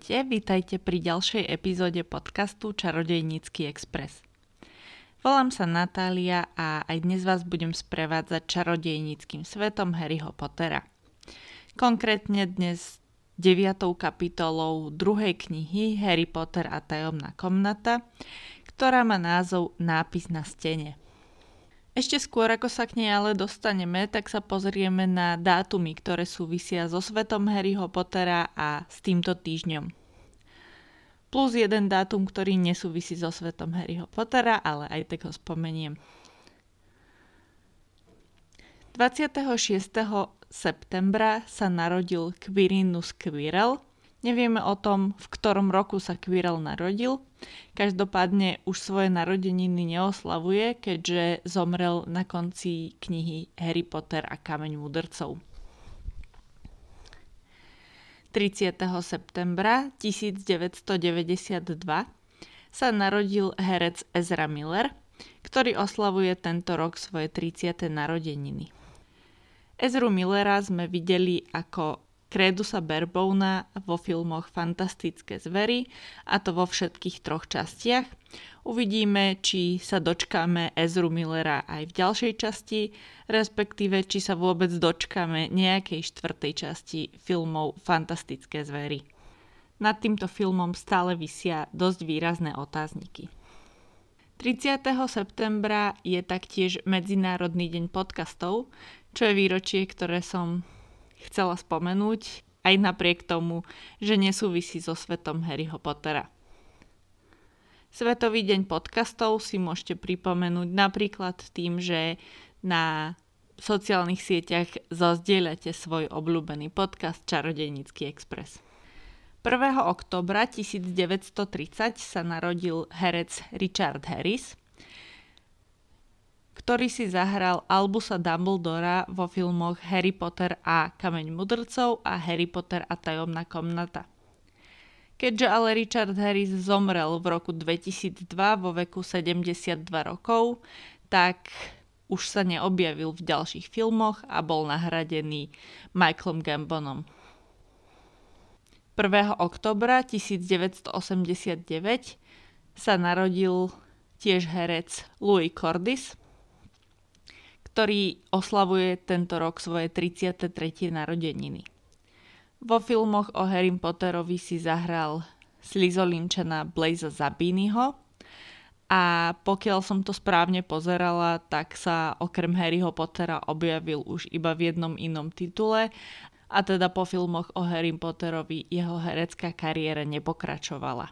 Ahojte, vítajte pri ďalšej epizóde podcastu Čarodejnícky Express. Volám sa Natália a aj dnes vás budem sprevádzať čarodejníckym svetom Harryho Pottera. Konkrétne dnes 9. kapitolou 2. knihy Harry Potter a tajomná komnata, ktorá má názov Nápis na stene. Ešte skôr, ako sa k nej ale dostaneme, tak sa pozrieme na dátumy, ktoré súvisia so svetom Harryho Pottera a s týmto týždňom. Plus jeden dátum, ktorý nesúvisí so svetom Harryho Pottera, ale aj tak ho spomeniem. 26. septembra sa narodil Quirinus Quirrell. Nevieme o tom, v ktorom roku sa Quirrell narodil. Každopádne už svoje narodeniny neoslavuje, keďže zomrel na konci knihy Harry Potter a kameň mudrcov. 30. septembra 1992 sa narodil herec Ezra Miller, ktorý oslavuje tento rok svoje 30. narodeniny. Ezru Millera sme videli ako Credusa Barebona vo filmoch Fantastické zvery, a to vo všetkých 3 častiach. Uvidíme, či sa dočkáme Ezru Millera aj v ďalšej časti, respektíve či sa vôbec dočkáme nejakej 4. časti filmov Fantastické zvery. Nad týmto filmom stále visia dosť výrazné otázniky. 30. septembra je taktiež Medzinárodný deň podcastov, čo je výročie, ktoré som chcela spomenúť, aj napriek tomu, že nesúvisí so svetom Harryho Pottera. Svetový deň podcastov si môžete pripomenúť napríklad tým, že na sociálnych sieťach zazdieľate svoj obľúbený podcast Čarodejnícky Express. 1. októbra 1930 sa narodil herec Richard Harris, ktorý si zahral Albusa Dumbledora vo filmoch Harry Potter a kameň mudrcov a Harry Potter a tajomná komnata. Keďže ale Richard Harris zomrel v roku 2002 vo veku 72 rokov, tak už sa neobjavil v ďalších filmoch a bol nahradený Michaelom Gambonom. 1. októbra 1989 sa narodil tiež herec Louis Cordis, ktorý oslavuje tento rok svoje 33. narodeniny. Vo filmoch o Harry Potterovi si zahral Slytherinčana Blaisa Zabiniho a pokiaľ som to správne pozerala, tak sa okrem Harryho Pottera objavil už iba v jednom inom titule, a teda po filmoch o Harry Potterovi jeho herecká kariéra nepokračovala.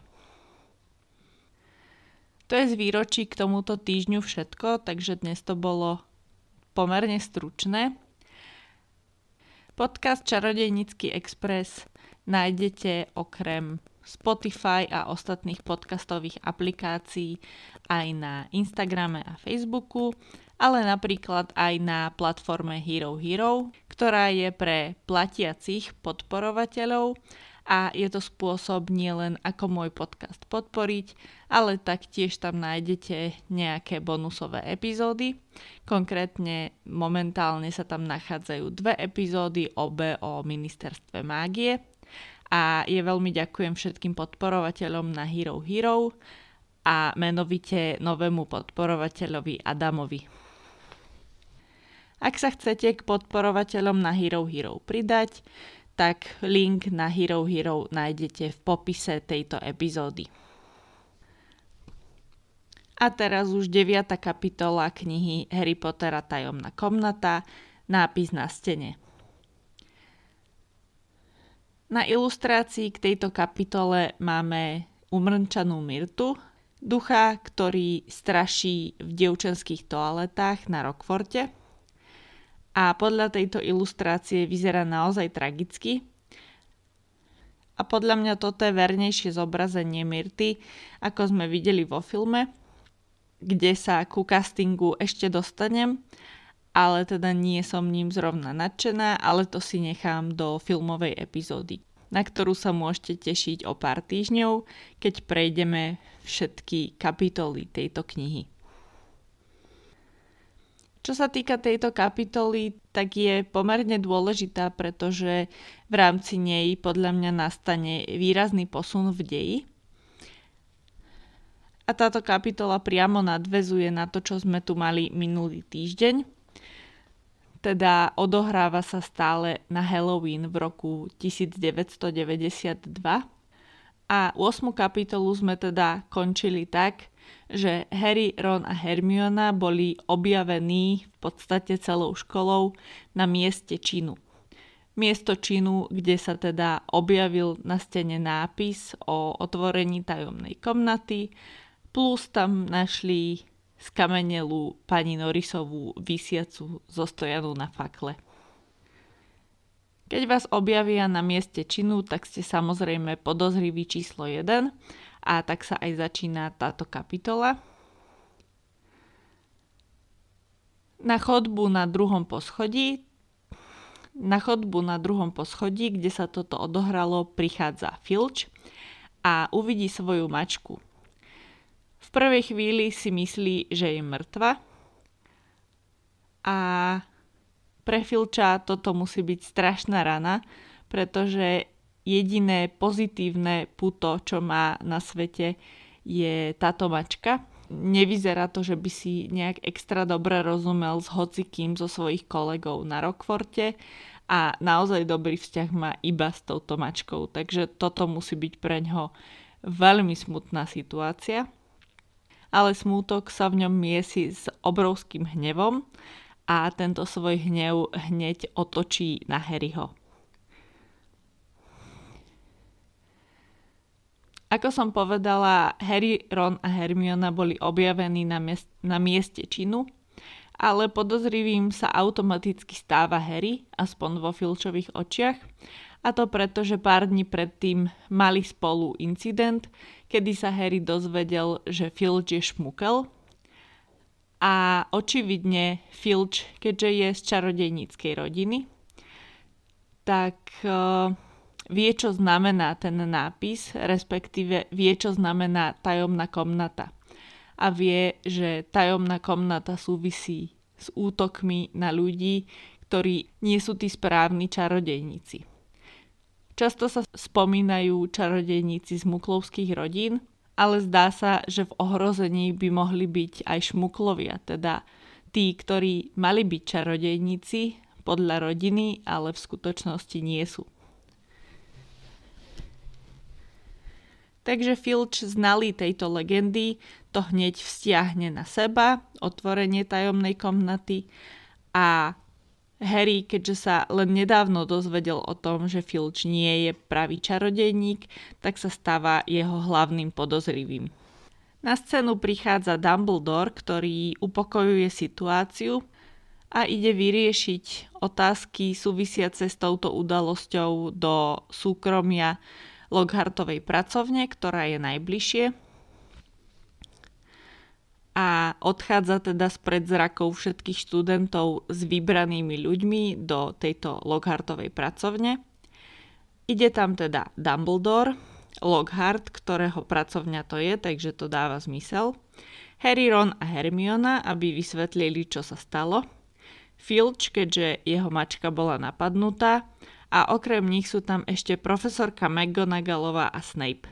To je z výročí k tomuto týždňu všetko, takže dnes to bolo pomerne stručné. Podcast Čarodejnícky Express nájdete okrem Spotify a ostatných podcastových aplikácií aj na Instagrame a Facebooku, ale napríklad aj na platforme Hero Hero, ktorá je pre platiacich podporovateľov a je to spôsob nielen ako môj podcast podporiť, ale taktiež tam nájdete nejaké bonusové epizódy. Konkrétne momentálne sa tam nachádzajú 2 epizódy, obe o ministerstve mágie. A veľmi ďakujem všetkým podporovateľom na Hero Hero a menovite novému podporovateľovi Adamovi. Ak sa chcete k podporovateľom na Hero Hero pridať, tak link na Hero Hero nájdete v popise tejto epizódy. A teraz už 9. kapitola knihy Harry Potter a tajomná komnata, Nápis na stene. Na ilustrácii k tejto kapitole máme umrnčanú Myrtu, ducha, ktorý straší v dievčenských toaletách na Rockforte. A podľa tejto ilustrácie vyzerá naozaj tragicky. A podľa mňa toto je vernejšie zobrazenie Myrty, ako sme videli vo filme, kde sa ku castingu ešte dostanem, ale teda nie som ním zrovna nadšená, ale to si nechám do filmovej epizódy, na ktorú sa môžete tešiť o pár týždňov, keď prejdeme všetky kapitoly tejto knihy. Čo sa týka tejto kapitoly, tak je pomerne dôležitá, pretože v rámci nej podľa mňa nastane výrazný posun v deji. A táto kapitola priamo nadväzuje na to, čo sme tu mali minulý týždeň. Teda odohráva sa stále na Halloween v roku 1992. A 8. kapitolu sme teda končili tak, že Harry, Ron a Hermiona boli objavení v podstate celou školou na mieste činu. Miesto činu, kde sa teda objavil na stene nápis o otvorení tajomnej komnaty, plus tam našli skamenelú pani Norrisovú visiacu zostojanú na fakle. Keď vás objavia na mieste činu, tak ste samozrejme podozrivý číslo 1 a tak sa aj začína táto kapitola. Na chodbu na druhom poschodí, kde sa toto odohralo, prichádza Filch a uvidí svoju mačku. V prvej chvíli si myslí, že je mŕtva a pre Filča toto musí byť strašná rana, pretože jediné pozitívne puto, čo má na svete, je táto mačka. Nevyzerá to, že by si nejak extra dobre rozumel s hocikým zo svojich kolegov na Rockforte a naozaj dobrý vzťah má iba s touto mačkou, takže toto musí byť pre ňoho veľmi smutná situácia. Ale smútok sa v ňom miesi s obrovským hnevom a tento svoj hnev hneď otočí na Harryho. Ako som povedala, Harry, Ron a Hermiona boli objavení na mieste činu, ale podozrivým sa automaticky stáva Harry, aspoň vo Filčových očiach, a to preto, že pár dní predtým mali spolu incident, kedy sa Harry dozvedel, že Filč je šmukel. A očividne Filč, keďže je z čarodejníckej rodiny, tak vie, čo znamená ten nápis, respektíve vie, čo znamená tajomná komnata. A vie, že tajomná komnata súvisí s útokmi na ľudí, ktorí nie sú tí správni čarodejníci. Často sa spomínajú čarodejníci z muklovských rodín, ale zdá sa, že v ohrození by mohli byť aj šmuklovia, teda tí, ktorí mali byť čarodejníci podľa rodiny, ale v skutočnosti nie sú. Takže Filč, znalý tejto legendy, to hneď vzťahne na seba, otvorenie tajomnej komnaty, a Harry, keďže sa len nedávno dozvedel o tom, že Filč nie je pravý čarodejník, tak sa stáva jeho hlavným podozrivým. Na scénu prichádza Dumbledore, ktorý upokojuje situáciu a ide vyriešiť otázky súvisiace s touto udalosťou do súkromia Lockhartovej pracovne, ktorá je najbližšie. A odchádza teda spred zrakov všetkých študentov s vybranými ľuďmi do tejto Lockhartovej pracovne. Ide tam teda Dumbledore, Lockhart, ktorého pracovňa to je, takže to dáva zmysel, Harry, Ron a Hermiona, aby vysvetlili, čo sa stalo, Filch, keďže jeho mačka bola napadnutá, a okrem nich sú tam ešte profesorka McGonagallová a Snape.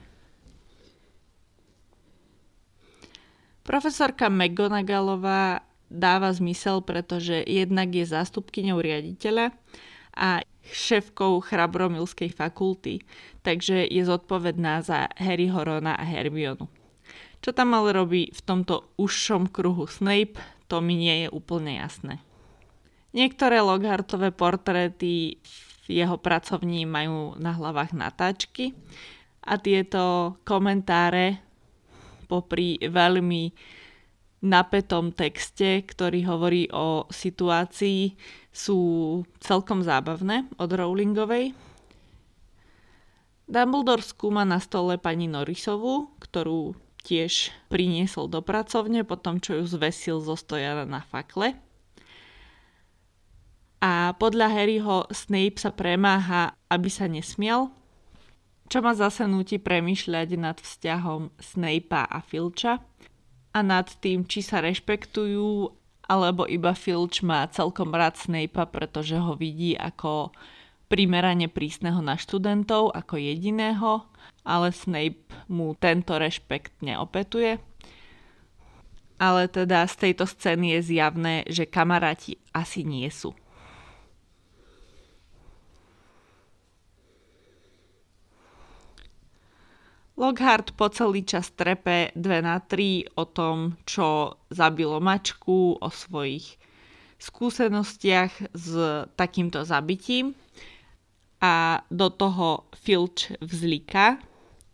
Profesorka McGonagallová dáva zmysel, pretože jednak je zástupkyňou riaditeľa a šéfkou Chrabromilskej fakulty, takže je zodpovedná za Harryho, Rona a Hermionu. Čo tam ale robí v tomto užšom kruhu Snape, to mi nie je úplne jasné. Niektoré Lockhartové portréty v jeho pracovni majú na hlavách natáčky a tieto komentáre popri veľmi napätom texte, ktorý hovorí o situácii, sú celkom zábavné od Rowlingovej. Dumbledore skúma na stole pani Norrisovú, ktorú tiež priniesol do pracovne po tom, čo ju zvesil zo stojana na fakle. A podľa Harryho Snape sa premáha, aby sa nesmial, čo ma zase núti premýšľať nad vzťahom Snapea a Filča a nad tým, či sa rešpektujú alebo iba Filch má celkom rád Snape'a, pretože ho vidí ako primerane prísneho na študentov, ako jediného, ale Snape mu tento rešpekt neopetuje. Ale teda z tejto scény je zjavné, že kamaráti asi nie sú. Lockhart po celý čas trepe 2-3 o tom, čo zabilo mačku, o svojich skúsenostiach s takýmto zabitím a do toho Filch vzliká.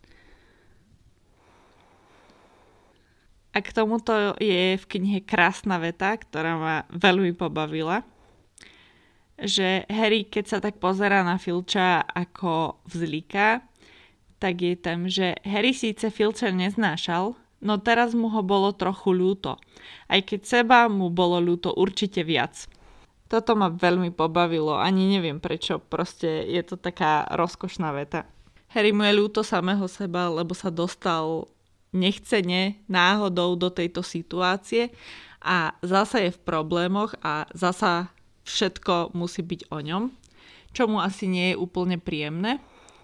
A k tomuto je v knihe krásna veta, ktorá ma veľmi pobavila, že Harry, keď sa tak pozerá na Filcha, ako vzliká, tak je tam, že Harry síce Filcha neznášal, no teraz mu ho bolo trochu ľúto. Aj keď seba mu bolo ľúto určite viac. Toto ma veľmi pobavilo, ani neviem prečo, proste je to taká rozkošná veta. Harry mu je ľúto samého seba, lebo sa dostal nechcene, náhodou do tejto situácie a zasa je v problémoch a zasa všetko musí byť o ňom, čo mu asi nie je úplne príjemné.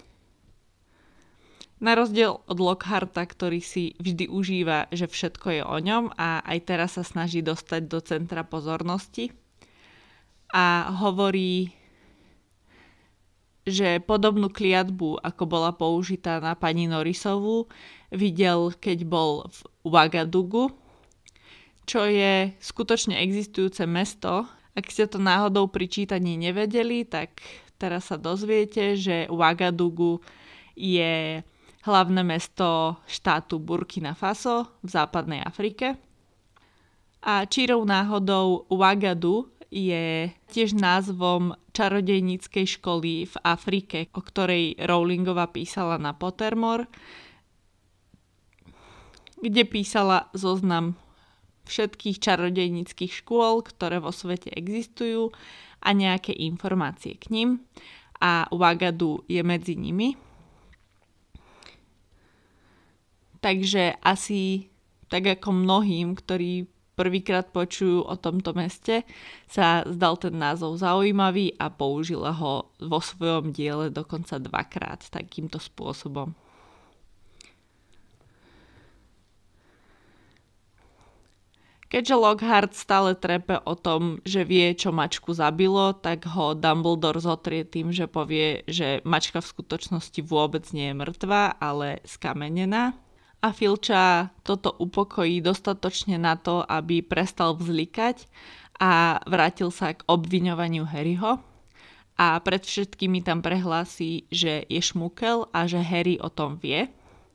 Na rozdiel od Lockharta, ktorý si vždy užíva, že všetko je o ňom a aj teraz sa snaží dostať do centra pozornosti. A hovorí, že podobnú kliatbu, ako bola použitá na pani Norrisovú, videl, keď bol v Ouagadougou, čo je skutočne existujúce mesto. Ak ste to náhodou pri čítaní nevedeli, tak teraz sa dozviete, že Ouagadougou je hlavné mesto štátu Burkina Faso v západnej Afrike. A čírou náhodou Ouagadougou je tiež názvom čarodejníckej školy v Afrike, o ktorej Rowlingová písala na Pottermore, kde písala zoznam všetkých čarodejníckych škôl, ktoré vo svete existujú a nejaké informácie k nim. A Ouagadougou je medzi nimi. Takže asi tak ako mnohým, ktorí prvýkrát počujú o tomto meste, sa zdal ten názov zaujímavý a použila ho vo svojom diele dokonca 2-krát takýmto spôsobom. Keďže Lockhart stále trepe o tom, že vie, čo mačku zabilo, tak ho Dumbledore zotrie tým, že povie, že mačka v skutočnosti vôbec nie je mŕtva, ale skamenená. A Filcha toto upokojí dostatočne na to, aby prestal vzlikať a vrátil sa k obviňovaniu Harryho. A pred všetkými tam prehlási, že je šmukel a že Harry o tom vie.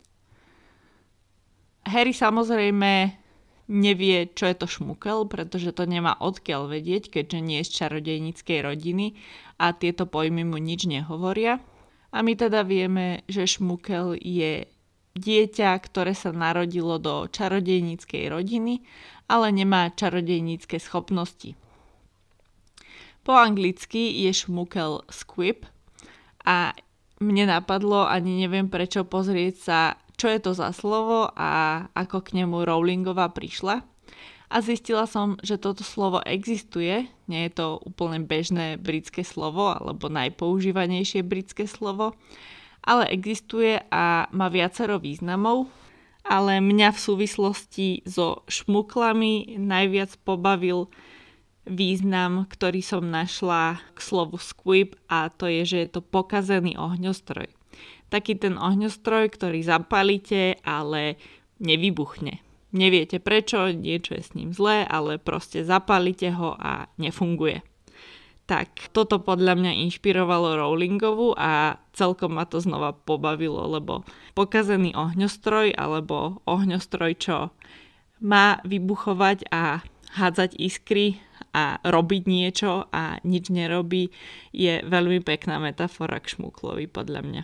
Harry samozrejme nevie, čo je to šmukel, pretože to nemá odkiaľ vedieť, keďže nie je z čarodejníckej rodiny a tieto pojmy mu nič nehovoria. A my teda vieme, že šmukel je dieťa, ktoré sa narodilo do čarodejníckej rodiny, ale nemá čarodejnícke schopnosti. Po anglicky je šmukel squib a mne napadlo, ani neviem prečo, pozrieť sa, čo je to za slovo a ako k nemu Rowlingová prišla. A zistila som, že toto slovo existuje, nie je to úplne bežné britské slovo alebo najpoužívanejšie britské slovo, ale existuje a má viacero významov, ale mňa v súvislosti so šmuklami najviac pobavil význam, ktorý som našla k slovu squib a to je, že je to pokazený ohňostroj. Taký ten ohňostroj, ktorý zapálite, ale nevybuchne. Neviete prečo, niečo je s ním zlé, ale proste zapálite ho a nefunguje. Tak toto podľa mňa inšpirovalo Rowlingovu a celkom ma to znova pobavilo, lebo pokazený ohňostroj alebo ohňostroj, čo má vybuchovať a hádzať iskry a robiť niečo a nič nerobí, je veľmi pekná metafora k šmuklovi podľa mňa.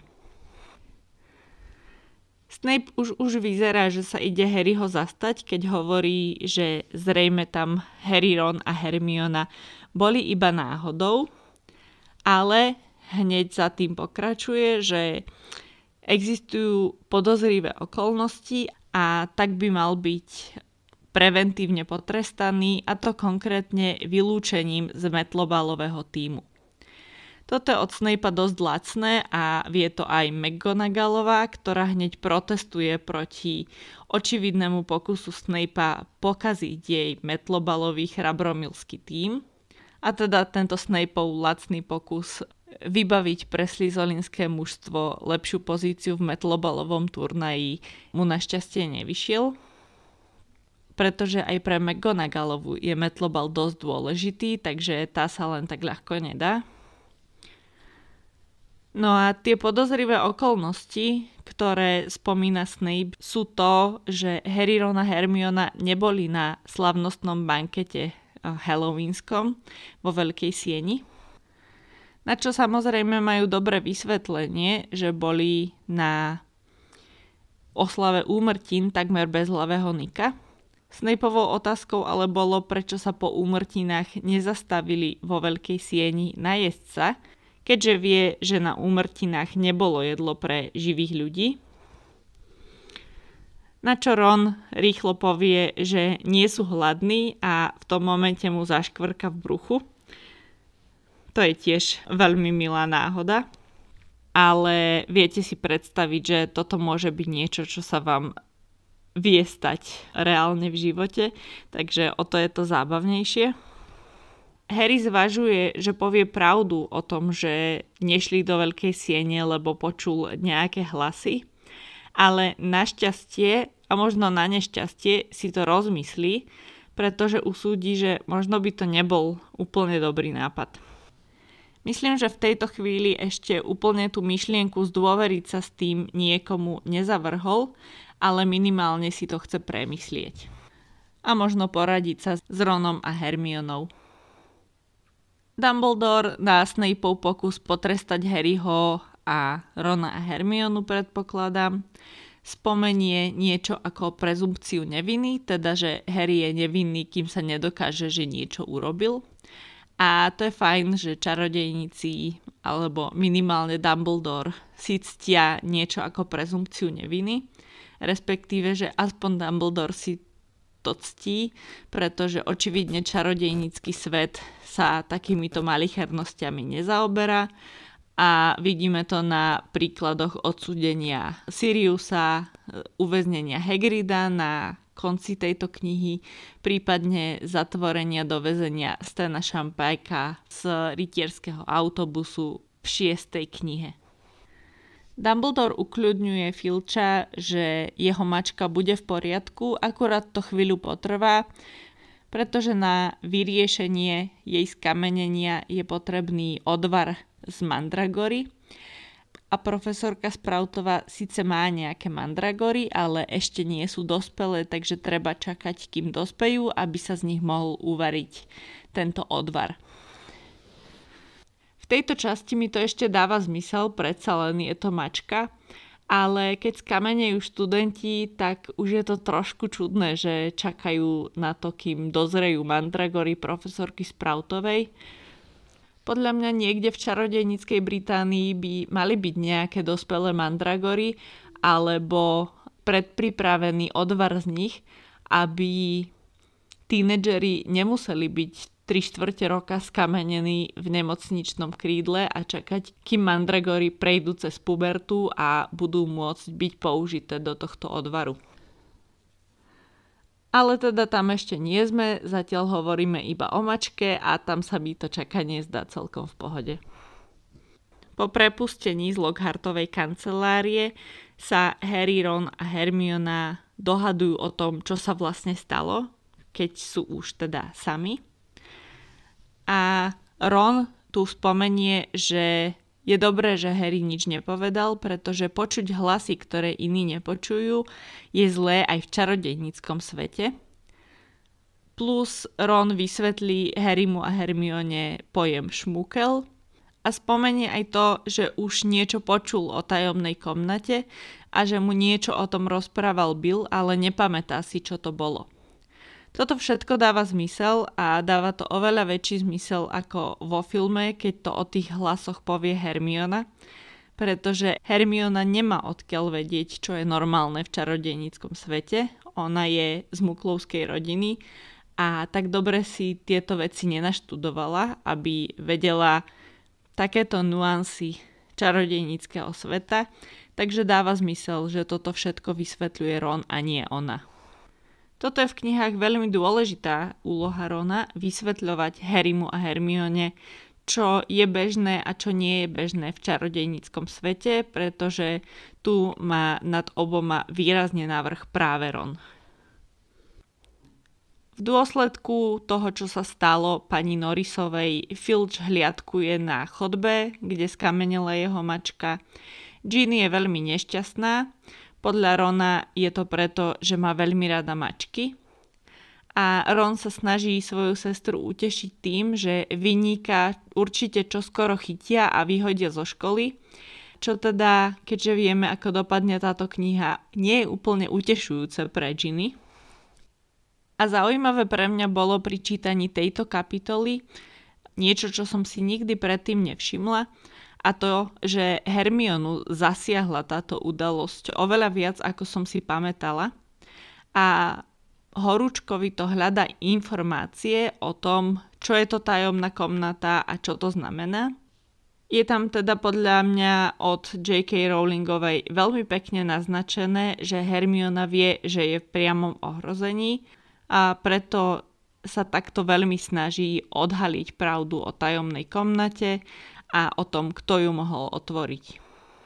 Snape už vyzerá, že sa ide Harryho zastať, keď hovorí, že zrejme tam Harry, Ron a Hermiona boli iba náhodou, ale hneď za tým pokračuje, že existujú podozrivé okolnosti a tak by mal byť preventívne potrestaný, a to konkrétne vylúčením z Metlobalového tímu. Toto je od Snape'a dosť lacné a vie to aj McGonagallová, ktorá hneď protestuje proti očividnému pokusu Snape'a pokaziť jej Metlobalový chrabromilský tím. A teda tento Snapeov lacný pokus vybaviť pre slythelinské mužstvo lepšiu pozíciu v Metlobalovom turnaji mu našťastie nevyšiel, pretože aj pre McGonagallovu je Metlobal dosť dôležitý, takže tá sa len tak ľahko nedá. No a tie podozrivé okolnosti, ktoré spomína Snape, sú to, že Harry, Ron a Hermiona neboli na slavnostnom bankete halloweenskom vo Veľkej sieni, na čo samozrejme majú dobré vysvetlenie, že boli na oslave úmrtín takmer bezhlavého Nika. Snapeovou otázkou ale bolo, prečo sa po úmrtinách nezastavili vo Veľkej sieni najesť sa, keďže vie, že na úmrtinách nebolo jedlo pre živých ľudí. Na čo Ron rýchlo povie, že nie sú hladní a v tom momente mu zaškvrka v bruchu. To je tiež veľmi milá náhoda, ale viete si predstaviť, že toto môže byť niečo, čo sa vám vie stať reálne v živote, takže o to je to zábavnejšie. Harry zvažuje, že povie pravdu o tom, že nešli do Veľkej siene, lebo počul nejaké hlasy, ale našťastie a možno na nešťastie si to rozmyslí, pretože usúdi, že možno by to nebol úplne dobrý nápad. Myslím, že v tejto chvíli ešte úplne tú myšlienku zdôveriť sa s tým niekomu nezavrhol, ale minimálne si to chce premyslieť. A možno poradiť sa s Ronom a Hermionou. Dumbledore na Snapeov pokus potrestať Harryho a Rona a Hermionu, predpokladám, spomenie niečo ako prezumpciu neviny, teda že Harry je nevinný, kým sa nedokáže, že niečo urobil. A to je fajn, že čarodejníci alebo minimálne Dumbledore si ctia niečo ako prezumpciu neviny, respektíve, že aspoň Dumbledore si to ctí, pretože očividne čarodejnícky svet sa takýmito malichernosťami nezaoberá a vidíme to na príkladoch odsúdenia Siriusa, uväznenia Hagrida na konci tejto knihy, prípadne zatvorenia do väzenia Stana Šampajka z rytierského autobusu v 6. knihe. Dumbledore ukľudňuje Filča, že jeho mačka bude v poriadku, akurát to chvíľu potrvá, pretože na vyriešenie jej skamenenia je potrebný odvar z mandragory. A profesorka Sproutová síce má nejaké mandragory, ale ešte nie sú dospelé, takže treba čakať, kým dospejú, aby sa z nich mohol uvariť tento odvar. V tejto časti mi to ešte dáva zmysel, predsa len je to mačka, ale keď skamenejú študenti, tak už je to trošku čudné, že čakajú na to, kým dozrejú mandragory profesorky Sproutovej. Podľa mňa niekde v čarodejníckej Británii by mali byť nejaké dospelé mandragory alebo predpripravený odvar z nich, aby tínedžeri nemuseli byť 3/4 roka skamenení v nemocničnom krídle a čakať, kým mandragory prejdú cez pubertu a budú môcť byť použité do tohto odvaru. Ale teda tam ešte nie sme, zatiaľ hovoríme iba o mačke a tam sa mi to čakanie zdá celkom v pohode. Po prepustení z Lockhartovej kancelárie sa Harry, Ron a Hermiona dohadujú o tom, čo sa vlastne stalo, keď sú už teda sami. A Ron tu spomenie, že je dobré, že Harry nič nepovedal, pretože počuť hlasy, ktoré iní nepočujú, je zlé aj v čarodejníckom svete. Plus Ron vysvetlí Harrymu a Hermione pojem šmukel a spomenie aj to, že už niečo počul o tajomnej komnate a že mu niečo o tom rozprával Bill, ale nepamätá si, čo to bolo. Toto všetko dáva zmysel a dáva to oveľa väčší zmysel ako vo filme, keď to o tých hlasoch povie Hermiona, pretože Hermiona nemá odkiaľ vedieť, čo je normálne v čarodejníckom svete. Ona je z muklovskej rodiny a tak dobre si tieto veci nenaštudovala, aby vedela takéto nuancy čarodejníckeho sveta, takže dáva zmysel, že toto všetko vysvetľuje Ron a nie ona. Toto je v knihách veľmi dôležitá úloha Rona, vysvetľovať Harrymu a Hermione, čo je bežné a čo nie je bežné v čarodejníckom svete, pretože tu má nad oboma výrazne navrch práve Ron. V dôsledku toho, čo sa stalo pani Norrisovej, Filch hliadkuje na chodbe, kde skamenela jeho mačka. Ginny je veľmi nešťastná. Podľa Rona je to preto, že má veľmi rada mačky. A Ron sa snaží svoju sestru utešiť tým, že vinníka určite čoskoro chytia a vyhodia zo školy. Čo teda, keďže vieme, ako dopadne táto kniha, nie je úplne utešujúce pre Ginny. A zaujímavé pre mňa bolo pri čítaní tejto kapitoly niečo, čo som si nikdy predtým nevšimla, a to, že Hermionu zasiahla táto udalosť oveľa viac, ako som si pamätala. A horúčkovi to hľadá informácie o tom, čo je to tajomná komnata a čo to znamená. Je tam teda podľa mňa od J.K. Rowlingovej veľmi pekne naznačené, že Hermiona vie, že je v priamom ohrození, a preto sa takto veľmi snaží odhaliť pravdu o tajomnej komnate a o tom, kto ju mohol otvoriť.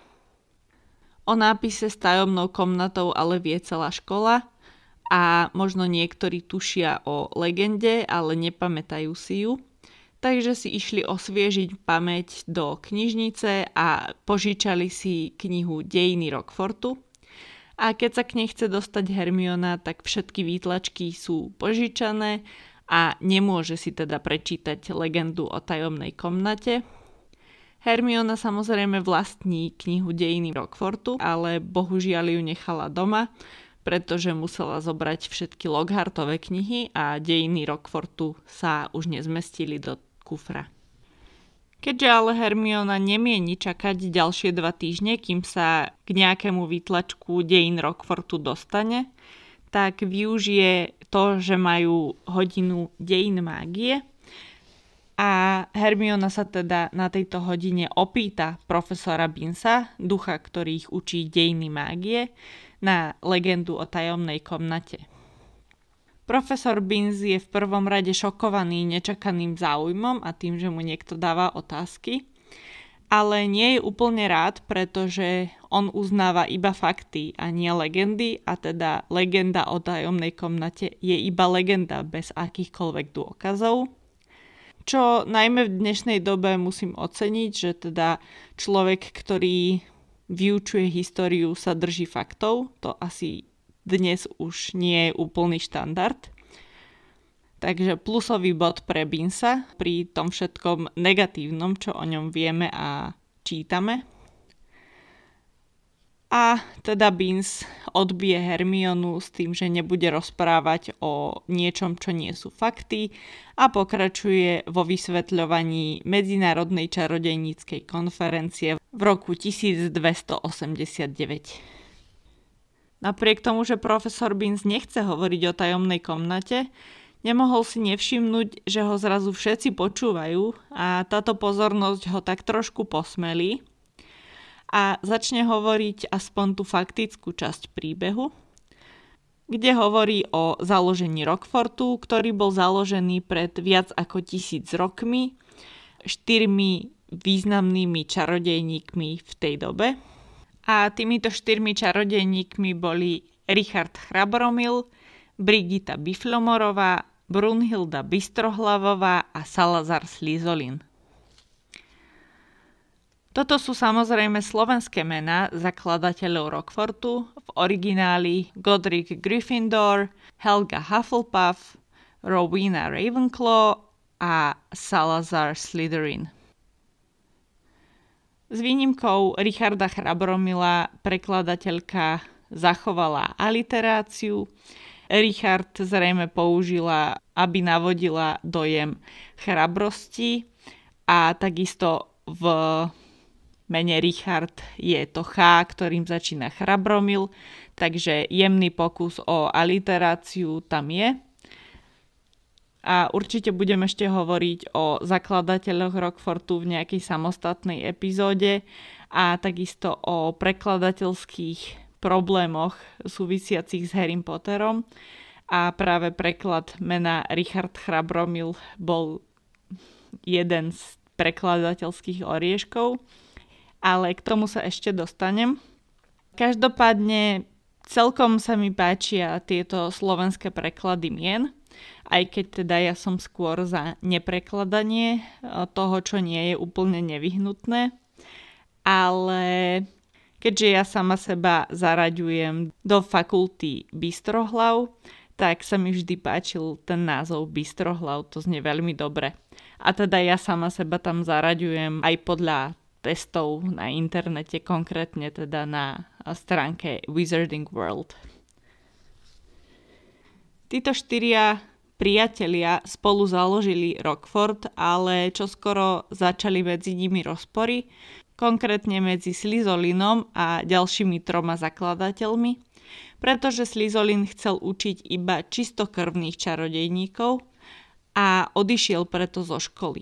O nápise s tajomnou komnatou ale vie celá škola a možno niektorí tušia o legende, ale nepamätajú si ju. Takže si išli osviežiť pamäť do knižnice a požičali si knihu Dejiny Rockfortu. A keď sa k nej chce dostať Hermiona, tak všetky výtlačky sú požičané a nemôže si teda prečítať legendu o tajomnej komnate. Hermiona samozrejme vlastní knihu Dejiny Rockfortu, ale bohužiaľ ju nechala doma, pretože musela zobrať všetky Lockhartove knihy a Dejiny Rockfortu sa už nezmestili do kufra. Keďže ale Hermiona nemieni čakať ďalšie 2 týždne, kým sa k nejakému výtlačku Dejín Rockfortu dostane, tak využije to, že majú hodinu Dejín mágie a Hermiona sa teda na tejto hodine opýta profesora Binsa, ducha, ktorý ich učí dejiny mágie, na legendu o tajomnej komnate. Profesor Binns je v prvom rade šokovaný nečakaným záujmom a tým, že mu niekto dáva otázky, ale nie je úplne rád, pretože on uznáva iba fakty a nie legendy, a teda legenda o tajomnej komnate je iba legenda bez akýchkoľvek dôkazov. Čo najmä v dnešnej dobe musím oceniť, že teda človek, ktorý vyučuje históriu, sa drží faktov, to asi dnes už nie je úplný štandard. Takže plusový bod pre Binsa pri tom všetkom negatívnom, čo o ňom vieme a čítame. A teda Binns odbije Hermionu s tým, že nebude rozprávať o niečom, čo nie sú fakty, a pokračuje vo vysvetľovaní Medzinárodnej čarodejníckej konferencie v roku 1289. Napriek tomu, že profesor Binns nechce hovoriť o tajomnej komnate, nemohol si nevšimnúť, že ho zrazu všetci počúvajú a táto pozornosť ho tak trošku posmelí a začne hovoriť aspoň tú faktickú časť príbehu, kde hovorí o založení Rockfortu, ktorý bol založený pred viac ako 1000 rokmi 4 významnými čarodejníkmi v tej dobe. A týmito 4 čarodejníkmi boli Richard Chrabromil, Brigita Biflomorová, Brunhilda Bystrohlavová a Salazar Slizolin. Toto sú samozrejme slovenské mená zakladateľov Rockfortu, v origináli Godric Gryffindor, Helga Hufflepuff, Rowena Ravenclaw a Salazar Slytherin. S výnimkou Richarda Chrabromila prekladateľka zachovala aliteráciu. Richard zrejme použila, aby navodila dojem chrabrosti, a takisto v mene Richard je to Ch, ktorým začína Chrabromil, takže jemný pokus o aliteráciu tam je. A určite budem ešte hovoriť o zakladateľoch Rockfortu v nejakej samostatnej epizóde a takisto o prekladateľských problémoch súvisiacich s Harrym Potterom. A práve preklad mena Richard Chrabromil bol jeden z prekladateľských orieškov, ale k tomu sa ešte dostanem. Každopádne celkom sa mi páčia tieto slovenské preklady mien, aj keď teda ja som skôr za neprekladanie toho, čo nie je úplne nevyhnutné. Ale keďže ja sama seba zaraďujem do fakulty Bystrohlav, tak sa mi vždy páčil ten názov Bystrohlav, to znie veľmi dobre. A teda ja sama seba tam zaraďujem aj podľa testov na internete, konkrétne teda na stránke Wizarding World. Títo 4 priatelia spolu založili Rockfort, ale čoskoro začali medzi nimi rozpory, konkrétne medzi Slytherinom a ďalšími 3 zakladateľmi, pretože Slytherin chcel učiť iba čistokrvných čarodejníkov a odišiel preto zo školy.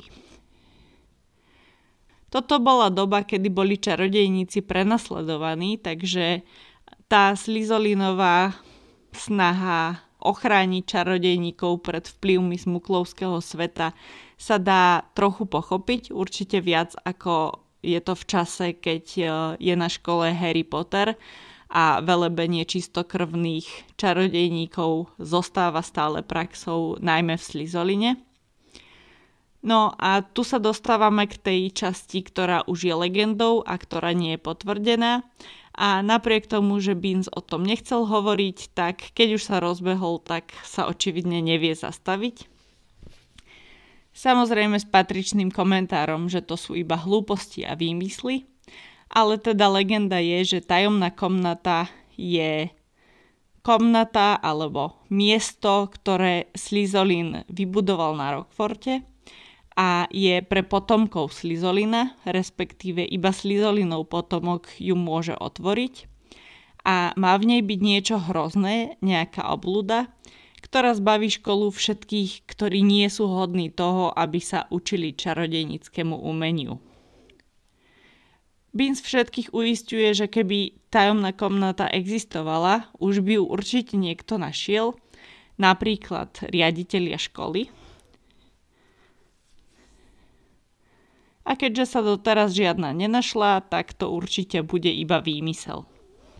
Toto bola doba, kedy boli čarodejníci prenasledovaní, takže tá Slytherinová snaha ochrániť čarodejníkov pred vplyvmi smuklovského sveta sa dá trochu pochopiť, určite viac ako je to v čase, keď je na škole Harry Potter a velebenie čistokrvných čarodejníkov zostáva stále praxou, najmä v Slytherine. No a tu sa dostávame k tej časti, ktorá už je legendou a ktorá nie je potvrdená. A napriek tomu, že Beans o tom nechcel hovoriť, tak keď už sa rozbehol, tak sa očividne nevie zastaviť. Samozrejme s patričným komentárom, že to sú iba hlúposti a výmysly, ale teda legenda je, že tajomná komnata je komnata alebo miesto, ktoré Slytherin vybudoval na Rockforte a je pre potomkov Slytherina, respektíve iba Slytherinov potomok ju môže otvoriť a má v nej byť niečo hrozné, nejaká obluda, ktorá zbaví školu všetkých, ktorí nie sú hodní toho, aby sa učili čarodejníckemu umeniu. Beans všetkých uisťuje, že keby tajomná komnata existovala, už by ju určite niekto našiel, napríklad riaditelia školy. A keďže sa doteraz žiadna nenašla, tak to určite bude iba výmysel.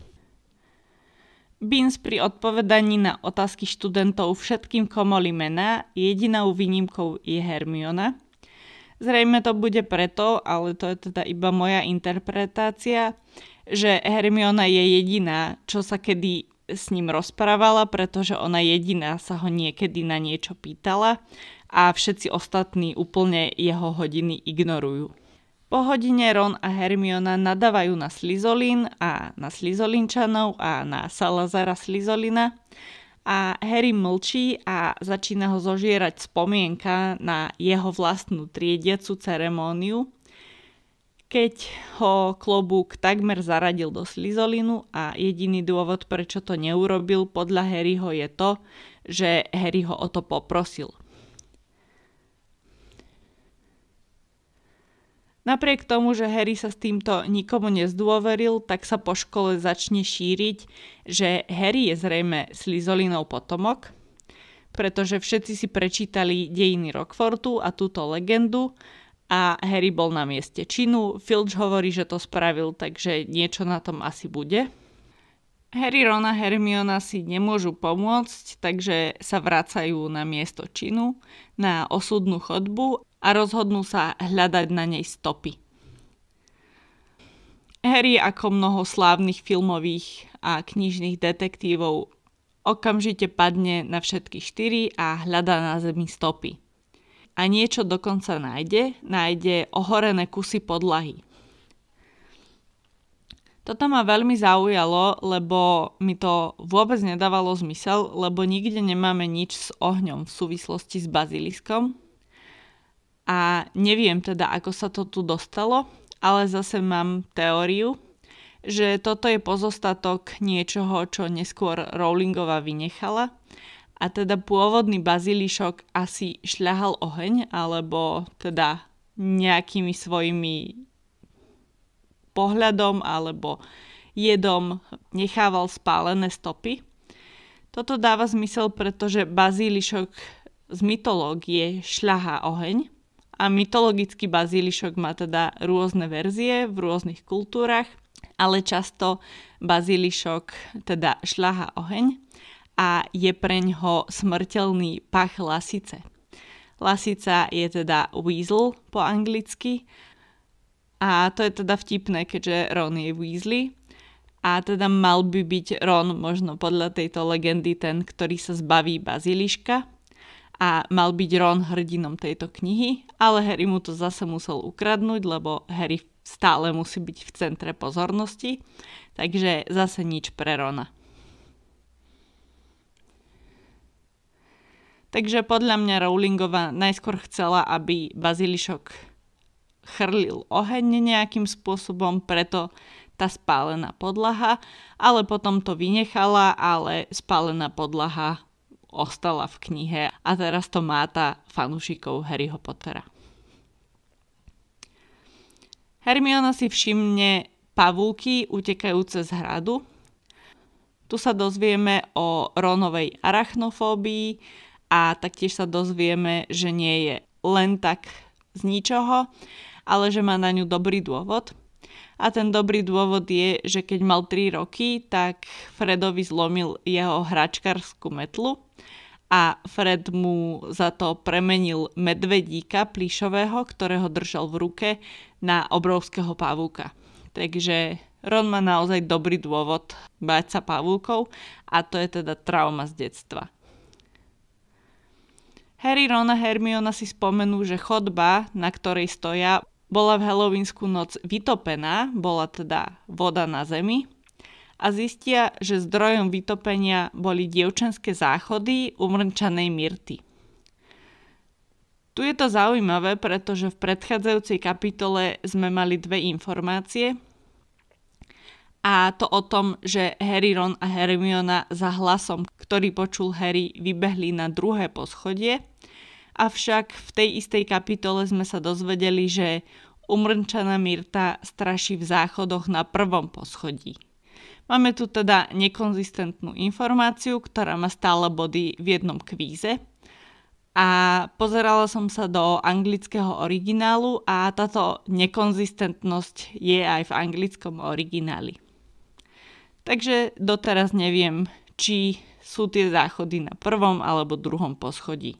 Beans pri odpovedaní na otázky študentov všetkým komolí mená, jedinou výnimkou je Hermiona. Zrejme to bude preto, ale to je teda iba moja interpretácia, že Hermiona je jediná, čo sa kedy s ním rozprávala, pretože ona jediná sa ho niekedy na niečo pýtala a všetci ostatní úplne jeho hodiny ignorujú. Po hodine Ron a Hermiona nadávajú na Slytherin a na Slytherinčanov a na Salazara Slytherina a Harry mlčí a začína ho zožierať spomienka na jeho vlastnú triediacu ceremóniu, keď ho klobúk takmer zaradil do Slytherinu a jediný dôvod, prečo to neurobil podľa Harryho je to, že Harry ho o to poprosil. Napriek tomu, že Harry sa s týmto nikomu nezdôveril, tak sa po škole začne šíriť, že Harry je zrejme Slytherinov potomok, pretože všetci si prečítali dejiny Rockfortu a túto legendu a Harry bol na mieste činu. Filch hovorí, že to spravil, takže niečo na tom asi bude. Harry, Ron a Hermiona si nemôžu pomôcť, takže sa vracajú na miesto činu, na osudnú chodbu a rozhodnú sa hľadať na nej stopy. Harry, ako mnoho slávnych filmových a knižných detektívov, okamžite padne na všetky 4 a hľadá na zemi stopy. A niečo dokonca nájde ohorené kusy podlahy. Toto ma veľmi zaujalo, lebo mi to vôbec nedávalo zmysel, lebo nikde nemáme nič s ohňom v súvislosti s baziliskom. A neviem teda, ako sa to tu dostalo, ale zase mám teóriu, že toto je pozostatok niečoho, čo neskôr Rowlingová vynechala. A teda pôvodný bazilišok asi šľahal oheň, alebo teda nejakými svojimi pohľadom alebo jedom nechával spálené stopy. Toto dáva zmysel, pretože bazílišok z mytológie šľahá oheň a mytologický bazílišok má teda rôzne verzie v rôznych kultúrach, ale často bazílišok teda šľahá oheň a je preňho smrteľný pach lasice. Lasica je teda weasel po anglicky a to je teda vtipné, keďže Ron je Weasley a teda mal by byť Ron možno podľa tejto legendy ten, ktorý sa zbaví baziliška a mal byť Ron hrdinom tejto knihy, ale Harry mu to zase musel ukradnúť, lebo Harry stále musí byť v centre pozornosti, takže zase nič pre Rona. Takže podľa mňa Rowlingová najskôr chcela, aby bazilišok chrlil oheň nejakým spôsobom, preto tá spálená podlaha, ale potom to vynechala, ale spálená podlaha ostala v knihe a teraz to máta fanúšikov Harryho Pottera. Hermiona si všimne pavúky utekajúce z hradu. Tu sa dozvieme o Ronovej arachnofóbii a taktiež sa dozvieme, že nie je len tak z ničoho, ale že má na ňu dobrý dôvod. A ten dobrý dôvod je, že keď mal 3 roky, tak Fredovi zlomil jeho hračkarskú metlu a Fred mu za to premenil medvedíka plyšového, ktorého držal v ruke, na obrovského pavúka. Takže Ron má naozaj dobrý dôvod báť sa pavúkov a to je teda trauma z detstva. Harry, Ron a Hermiona si spomenú, že chodba, na ktorej stoja, bola v Halloweenskú noc vytopená, bola teda voda na zemi a zistia, že zdrojom vytopenia boli dievčenské záchody umrčanej Myrty. Tu je to zaujímavé, pretože v predchádzajúcej kapitole sme mali 2 informácie a to o tom, že Harry, Ron a Hermiona za hlasom, ktorý počul Harry, vybehli na 2. poschodie, avšak v tej istej kapitole sme sa dozvedeli, že umrčaná Myrta straší v záchodoch na 1. poschodí. Máme tu teda nekonzistentnú informáciu, ktorá má stále body v jednom kvíze. A pozerala som sa do anglického originálu a táto nekonzistentnosť je aj v anglickom origináli. Takže doteraz neviem, či sú tie záchody na 1. alebo 2. poschodí.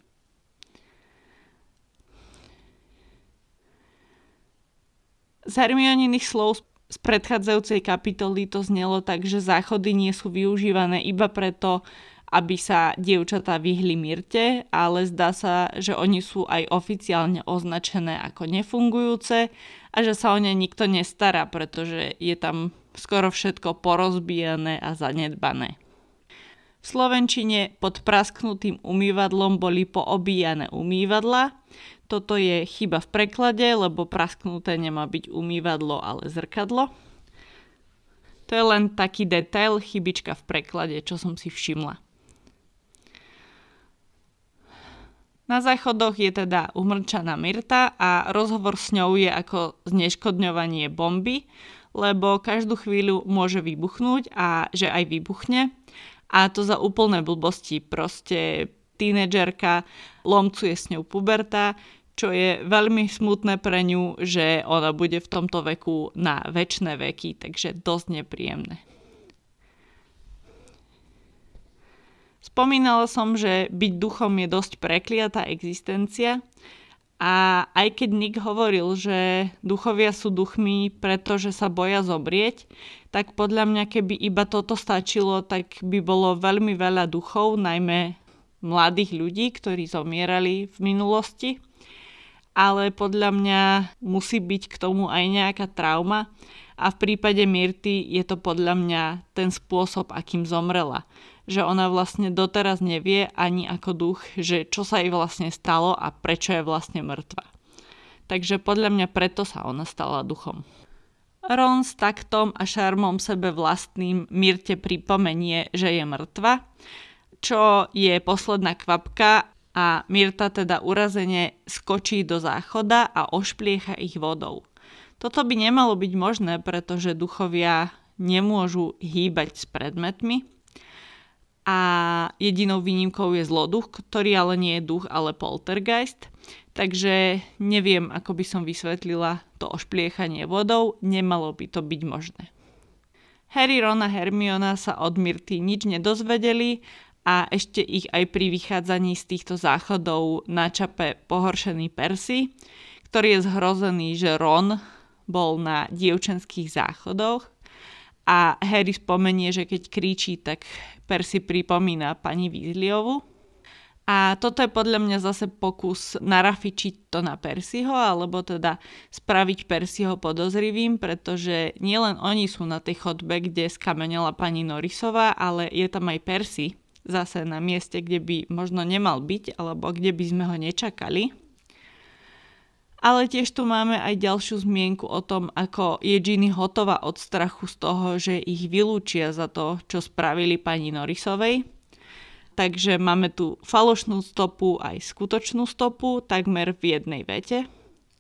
Z Hermioniných slov z predchádzajúcej kapitoly to znelo tak, že záchody nie sú využívané iba preto, aby sa dievčatá vyhli Myrte, ale zdá sa, že oni sú aj oficiálne označené ako nefungujúce a že sa o ne nikto nestará, pretože je tam skoro všetko porozbijané a zanedbané. V slovenčine pod prasknutým umývadlom boli poobíjané umývadla. Toto je chyba v preklade, lebo prasknuté nemá byť umývadlo, ale zrkadlo. To je len taký detail, chybička v preklade, čo som si všimla. Na záchodoch je teda umrčaná Myrta a rozhovor s ňou je ako zneškodňovanie bomby, lebo každú chvíľu môže vybuchnúť a že aj vybuchne. A to za úplné blbosti, proste tínedžerka, lomcuje s ňou puberta, čo je veľmi smutné pre ňu, že ona bude v tomto veku na večné veky, takže dosť nepríjemné. Spomínala som, že byť duchom je dosť prekliatá existencia a aj keď Nick hovoril, že duchovia sú duchmi, pretože sa boja zomrieť, tak podľa mňa keby iba toto stačilo, tak by bolo veľmi veľa duchov, najmä mladých ľudí, ktorí zomierali v minulosti. Ale podľa mňa musí byť k tomu aj nejaká trauma a v prípade Myrty je to podľa mňa ten spôsob, akým zomrela. Že ona vlastne doteraz nevie ani ako duch, že čo sa jej vlastne stalo a prečo je vlastne mŕtva. takže podľa mňa preto sa ona stala duchom. Ron s taktom a šarmom sebe vlastným Myrte pripomenie, že je mŕtva, čo je posledná kvapka a Myrta teda urazene skočí do záchoda a ošpliecha ich vodou. Toto by nemalo byť možné, pretože duchovia nemôžu hýbať s predmetmi a jedinou výnimkou je zloduch, ktorý ale nie je duch, ale poltergeist. Takže neviem, ako by som vysvetlila to ošpliechanie vodou, nemalo by to byť možné. Harry, Ron a Hermiona sa od Myrty nič nedozvedeli a ešte ich aj pri vychádzaní z týchto záchodov načape pohoršený Percy, ktorý je zhrozený, že Ron bol na dievčenských záchodoch a Harry spomenie, že keď kričí, tak Percy pripomína pani Weasleyovu. A toto je podľa mňa zase pokus narafičiť to na Percyho, alebo teda spraviť Percyho podozrivým, pretože nielen oni sú na tej chodbe, kde skamenela pani Norrisová, ale je tam aj Percy, zase na mieste, kde by možno nemal byť, alebo kde by sme ho nečakali. Ale tiež tu máme aj ďalšiu zmienku o tom, ako je Ginny hotová od strachu z toho, že ich vylúčia za to, čo spravili pani Norrisovej. Takže máme tu falošnú stopu aj skutočnú stopu, takmer v jednej vete.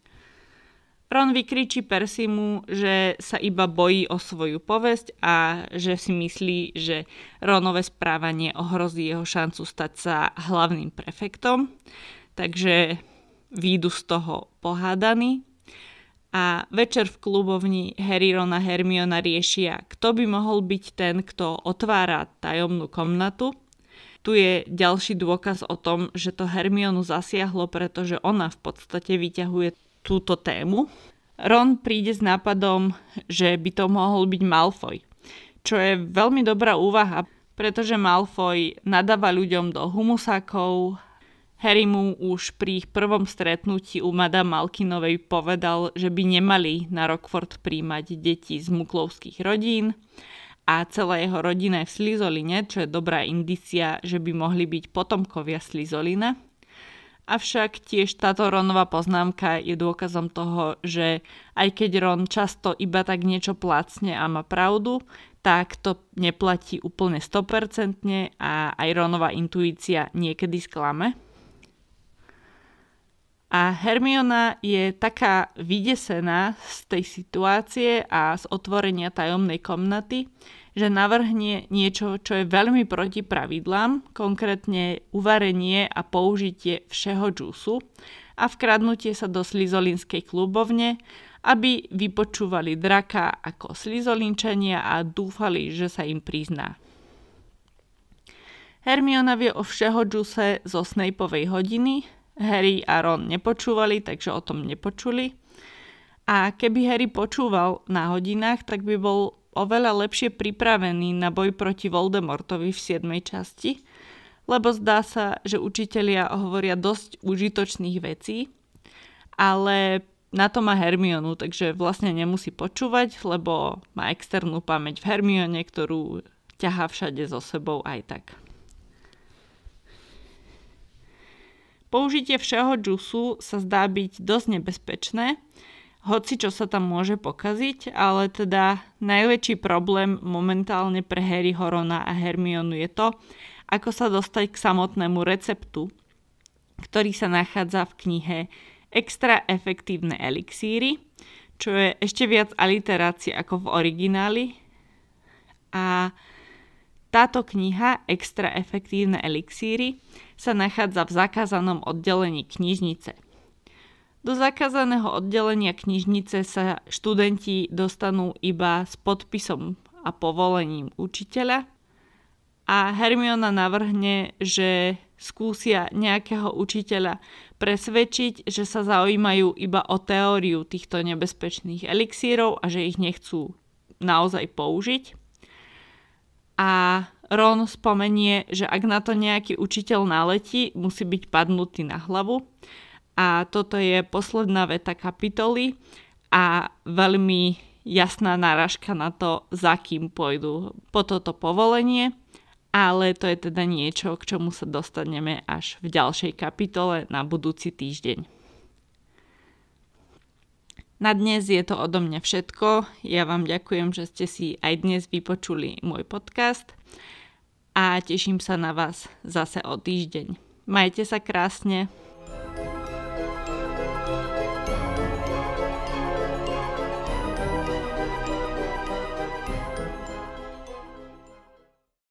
Ron vykričí Percymu, že sa iba bojí o svoju povesť a že si myslí, že Ronové správanie ohrozí jeho šancu stať sa hlavným prefektom. Takže výjdu z toho pohádaní. A večer v klubovni Harry, Ron a Hermiona riešia, kto by mohol byť ten, kto otvára tajomnú komnatu. Tu je ďalší dôkaz o tom, že to Hermionu zasiahlo, pretože ona v podstate vyťahuje túto tému. Ron príde s nápadom, že by to mohol byť Malfoy, čo je veľmi dobrá úvaha, pretože Malfoy nadáva ľuďom do humusákov. Harry mu už pri ich prvom stretnutí u Madame Malkinovej povedal, že by nemali na Rockford príjmať deti z muklovských rodín, a celá jeho rodina je v Slytheline, čo je dobrá indícia, že by mohli byť potomkovia Slytherina. Avšak tiež táto Ronová poznámka je dôkazom toho, že aj keď Ron často iba tak niečo plácne a má pravdu, tak to neplatí úplne 100% a aj Ronová intuícia niekedy sklame. A Hermiona je taká vydesená z tej situácie a z otvorenia tajomnej komnaty, že navrhne niečo, čo je veľmi proti pravidlám, konkrétne uvarenie a použitie všeho džusu a vkradnutie sa do slyzolinskej klubovne, aby vypočúvali draka ako slyzolinčania a dúfali, že sa im prizná. Hermiona vie o všeho džuse zo Snapeovej hodiny. Harry a Ron nepočúvali, takže o tom nepočuli. A keby Harry počúval na hodinách, tak by bol oveľa lepšie pripravený na boj proti Voldemortovi v 7. časti, lebo zdá sa, že učitelia hovoria dosť užitočných vecí, ale na to má Hermionu, takže vlastne nemusí počúvať, lebo má externú pamäť v Hermione, ktorú ťahá všade so sebou aj tak. Použitie všeho džusu sa zdá byť dosť nebezpečné, hoci čo sa tam môže pokaziť, ale teda najväčší problém momentálne pre Harryho, Rona a Hermionu je to, ako sa dostať k samotnému receptu, ktorý sa nachádza v knihe Extra efektívne elixíry, čo je ešte viac aliterácie ako v origináli. A táto kniha Extra efektívne elixíry sa nachádza v zakázanom oddelení knižnice. Do zakázaného oddelenia knižnice sa študenti dostanú iba s podpisom a povolením učiteľa a Hermiona navrhne, že skúsia nejakého učiteľa presvedčiť, že sa zaujímajú iba o teóriu týchto nebezpečných elixírov a že ich nechcú naozaj použiť. A Ron spomenie, že ak na to nejaký učiteľ naletí, musí byť padnutý na hlavu. A toto je posledná veta kapitoly a veľmi jasná náražka na to, za kým pôjdu po toto povolenie. Ale to je teda niečo, k čomu sa dostaneme až v ďalšej kapitole na budúci týždeň. Na dnes je to odo mňa všetko. Ja vám ďakujem, že ste si aj dnes vypočuli môj podcast a teším sa na vás zase o týždeň. Majte sa krásne.